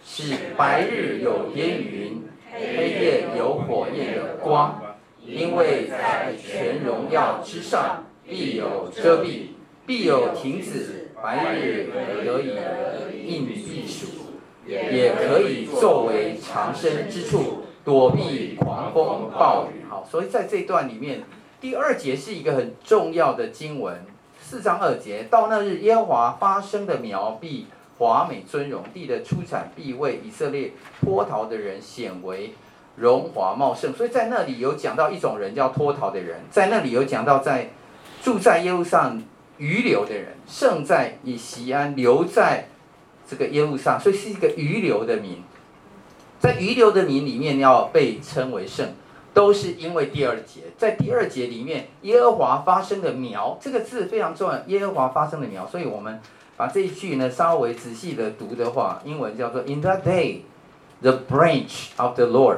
使白日有烟云，黑夜有火焰的光。因为在全荣耀之上必有遮蔽，必有亭子，白日得以应避暑，也可以作为藏身之处，躲避狂风暴雨。好，所以在这段里面，第二节是一个很重要的经文，四章二节，到那日耶和华发生的苗必华美尊荣，地的出产必为以色列脱逃的人显为荣华茂盛。所以在那里有讲到一种人叫脱逃的人，在那里有讲到在住在耶路撒冷余留的人，圣在以锡安，留在这个耶路撒冷，所以是一个余留的民。在余留的民里面要被称为圣，都是因为第二节，在第二节里面耶和华发生的苗，这个字非常重要，耶和华发生的苗。所以我们把这一句呢稍微仔细的读的话，英文叫做 In that day the branch of the Lord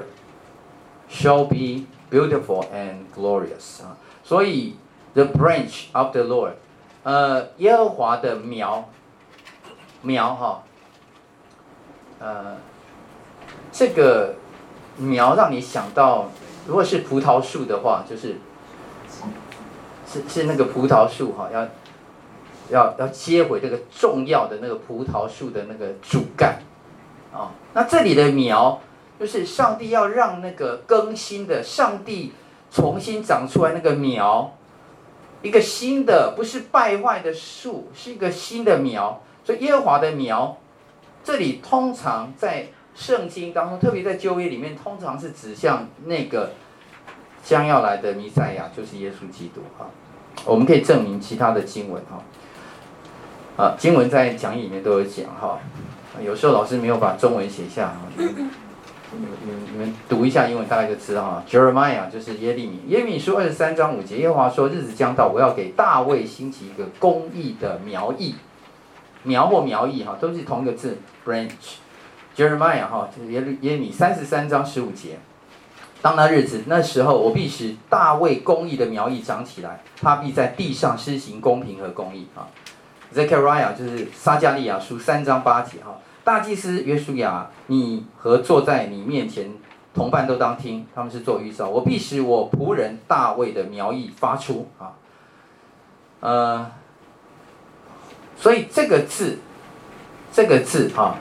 shall be beautiful and glorious。 所以 the branch of the Lord， 呃，耶和华的苗，苗哈，呃，这个苗让你想到，如果是葡萄树的话，就是是是那个葡萄树哈，要要要接回这个重要的那个葡萄树的那个主干啊、哦。那这里的苗，就是上帝要让那个更新的，上帝重新长出来那个苗，一个新的，不是败坏的树，是一个新的苗。所以耶和华的苗，这里通常在圣经当中，特别在旧约里面，通常是指向那个将要来的弥赛亚，就是耶稣基督哈。我们可以证明其他的经文哈，啊，经文在讲义里面都有讲哈。有时候老师没有把中文写下，你们你们读一下英文大概就知道哈。Jeremiah 就是耶利米，耶利米书二十三章五节，耶和华说：日子将到，我要给大卫兴起一个公义的苗裔，苗或苗裔哈，都是同一个字 branch。Jeremiah 哈，就是耶利米三十三章十五节。当那日子，那时候我必使大卫公义的苗裔长起来，他必在地上施行公平和公义啊。Zechariah 就是撒迦利亚书三章八节哈，大祭司约书亚，你和坐在你面前同伴都当听，他们是做预兆。我必使我仆人大卫的苗裔发出啊，呃，所以这个字，这个字哈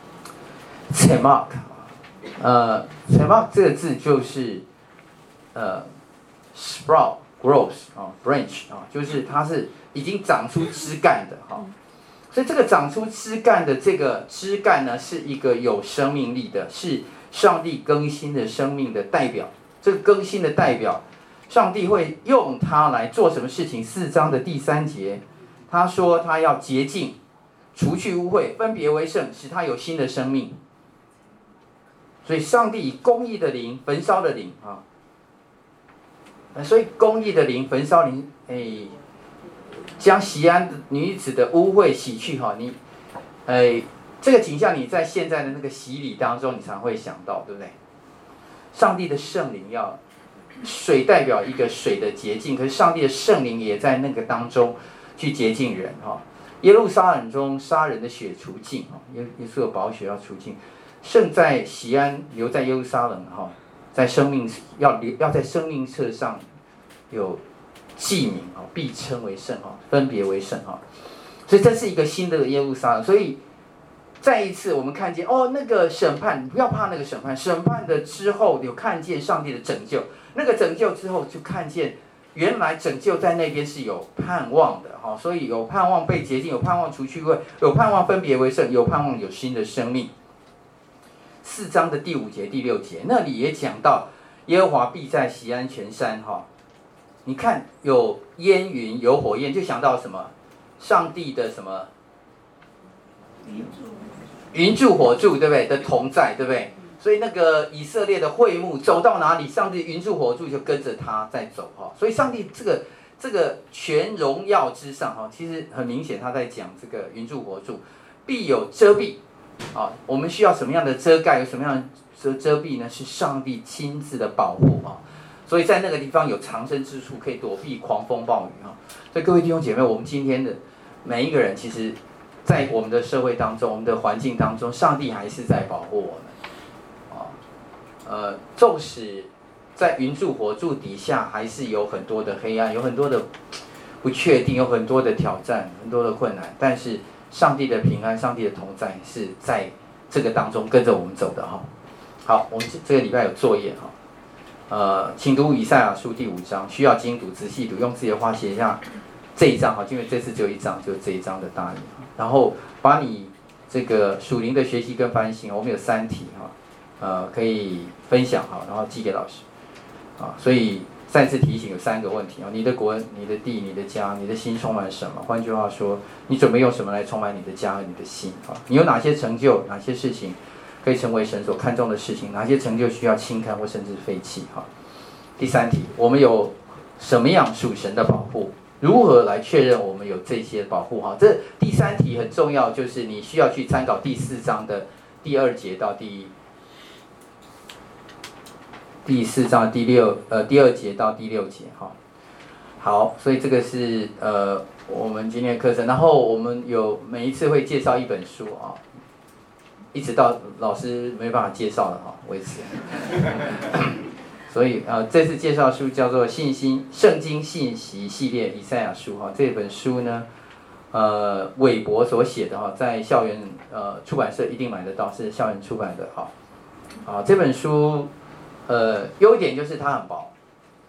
，Tzemach。呃 ，Tzemach 这个字就是呃 ，sprout growth 啊 ，branch 啊，就是它是已经长出枝干的哈。所以这个长出枝干的这个枝干呢，是一个有生命力的，是上帝更新的生命的代表。这个更新的代表，上帝会用它来做什么事情？四章的第三节，他说他要洁净，除去污秽，分别为圣，使他有新的生命。所以上帝以公义的灵焚烧的灵啊，所以公义的灵焚烧灵，哎，将锡安女子的污秽洗去哈，你，哎，这个景象你在现在的那个洗礼当中，你常会想到，对不对？上帝的圣灵要，水代表一个水的洁净，可是上帝的圣灵也在那个当中去洁净人哈。耶路撒冷中杀人的血除尽哈，耶耶稣的宝血要除尽。圣在锡安，留在耶路撒冷哈，在生命要要在生命册上有记名啊，必称为圣哈，分别为圣哈。所以这是一个新的耶路撒冷。所以再一次我们看见哦，那个审判，你不要怕那个审判，审判的之后有看见上帝的拯救，那个拯救之后就看见原来拯救在那边是有盼望的哈，所以有盼望被洁净，有盼望除去污，有盼望分别为圣，有盼望有新的生命。四章的第五节、第六节，那里也讲到耶和华必在锡安全山哈。你看有烟云、有火焰，就想到什么？上帝的什么？云柱火柱，对不对？的同在，对不对？所以那个以色列的会幕走到哪里，上帝云柱火柱就跟着他在走哈。所以上帝这个这个全荣耀之上哈，其实很明显他在讲这个云柱火柱必有遮蔽。啊，我们需要什么样的遮盖？有什么样的遮遮蔽呢？是上帝亲自的保护啊！所以在那个地方有藏身之处，可以躲避狂风暴雨啊！所以各位弟兄姐妹，我们今天的每一个人，其实在我们的社会当中，我们的环境当中，上帝还是在保护我们。啊，呃，纵使在云柱火柱底下，还是有很多的黑暗，有很多的不确定，有很多的挑战，很多的困难。但是上帝的平安，上帝的同在是在这个当中跟着我们走的哈。好，我们这个礼拜有作业哈。呃，请读以赛亚书第五章，需要精读、仔细读，用自己的话写一下这一章哈，因为这次只有一章，就是这一章的大意。然后把你这个属灵的学习跟反省，我们有三题哈，呃，可以分享哈，然后寄给老师啊。所以再次提醒，有三个问题啊：你的国、你的地、你的家，你的心充满什么？换句话说，你准备用什么来充满你的家和你的心啊？你有哪些成就？哪些事情可以成为神所看重的事情？哪些成就需要轻看或甚至废弃？哈。第三题，我们有什么样属神的保护？如何来确认我们有这些保护？哈，这第三题很重要，就是你需要去参考第四章的第二节到第第四章第六呃第二节到第六节哈。好，所以这个是呃我们今天的课程，然后我们有每一次会介绍一本书啊，一直到老师没办法介绍了哈为止。所以呃，这次介绍书叫做《信心圣经信息系列以赛亚书》哈，这本书呢，呃，韦伯所写的哈，在校园呃出版社一定买得到，是校园出版的哈。啊，这本书呃优点就是它很薄，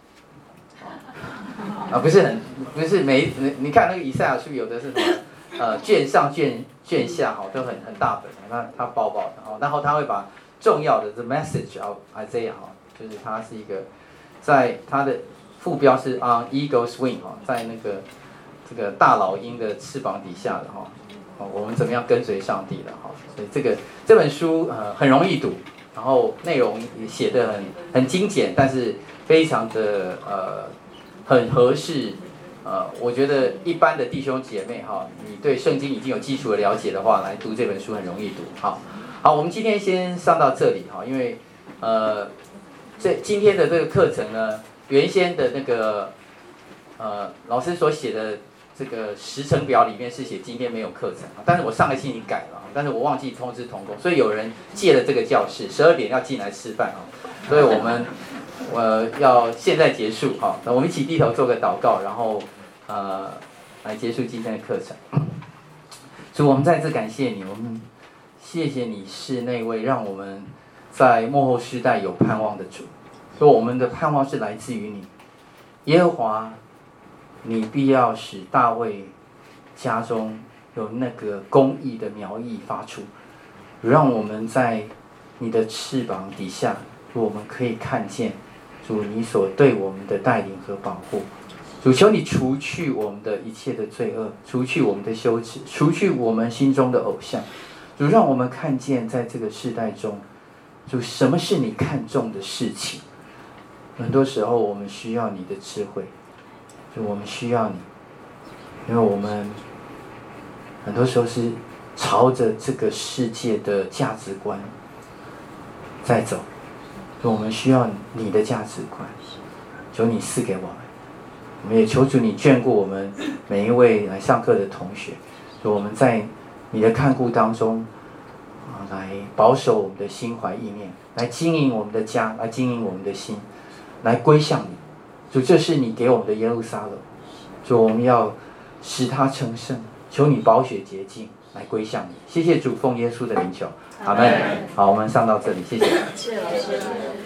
啊不是很不是每你看那个以赛亚书有的是什么呃卷上卷卷下哈都很很大本，那它薄薄的哈，然后它会把重要的 the message of Isaiah 哈。就是它是一个，在它的副标是 on eagle's wing 哈，在那个这个大老鹰的翅膀底下的哈，我们怎么样跟随上帝的哈，所以这个这本书呃很容易读，然后内容也写得很很精简，但是非常的呃很合适，呃我觉得一般的弟兄姐妹哈，你对圣经已经有基础的了解的话，来读这本书很容易读。好，好，我们今天先上到这里哈，因为呃。这今天的这个课程呢，原先的那个呃老师所写的这个时程表里面是写今天没有课程，但是我上个星期改了，但是我忘记通知同工，所以有人借了这个教室，十二点要进来吃饭啊，所以我们呃要现在结束哈，那我们一起低头做个祷告，然后呃来结束今天的课程。主，我们再次感谢你，我们谢谢你是那位让我们在末后世代有盼望的主，说我们的盼望是来自于你，耶和华，你必要使大卫家中有那个公义的苗裔发出，让我们在你的翅膀底下，我们可以看见主你所对我们的带领和保护。主，求你除去我们的一切的罪恶，除去我们的羞耻，除去我们心中的偶像。主，让我们看见在这个世代中，主，什么是你看重的事情？很多时候我们需要你的智慧，主，我们需要你，因为我们很多时候是朝着这个世界的价值观在走，主，我们需要你的价值观，求你赐给我们。我们也求主你眷顾我们每一位来上课的同学，主，我们在你的看顾当中来保守我们的心怀意念，来经营我们的家，来经营我们的心，来归向你。主，这是你给我们的耶路撒冷，主，我们要使它成圣，求你宝血洁净，来归向你。谢谢主，奉耶稣的名求，阿们。好，我们上到这里，谢谢。 谢谢老师。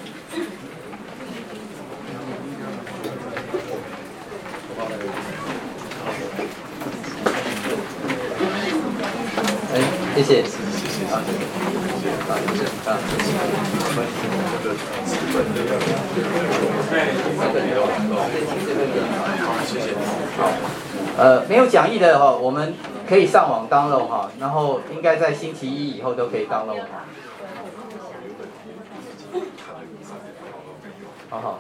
哎，谢谢。好，谢谢。好，谢谢。啊，谢谢。好，呃，没有讲义的哈，我们可以上网 download 哈，然后应该在星期一以后都可以 download 哈。好好。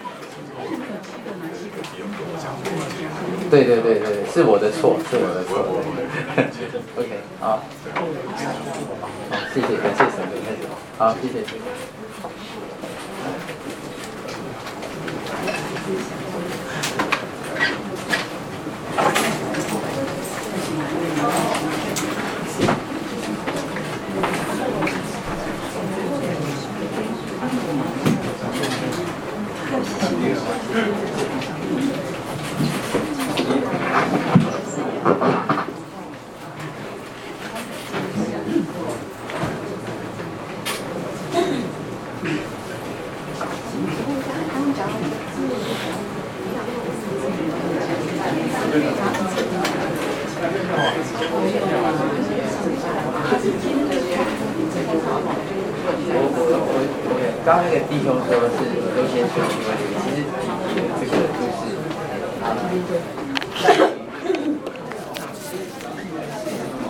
对对对对，是我的错，是我的错。OK， 好，好，谢谢，感谢神的开始，好，谢谢。 刚刚那个弟兄说的是优先顺序问题，其实这个就是啊。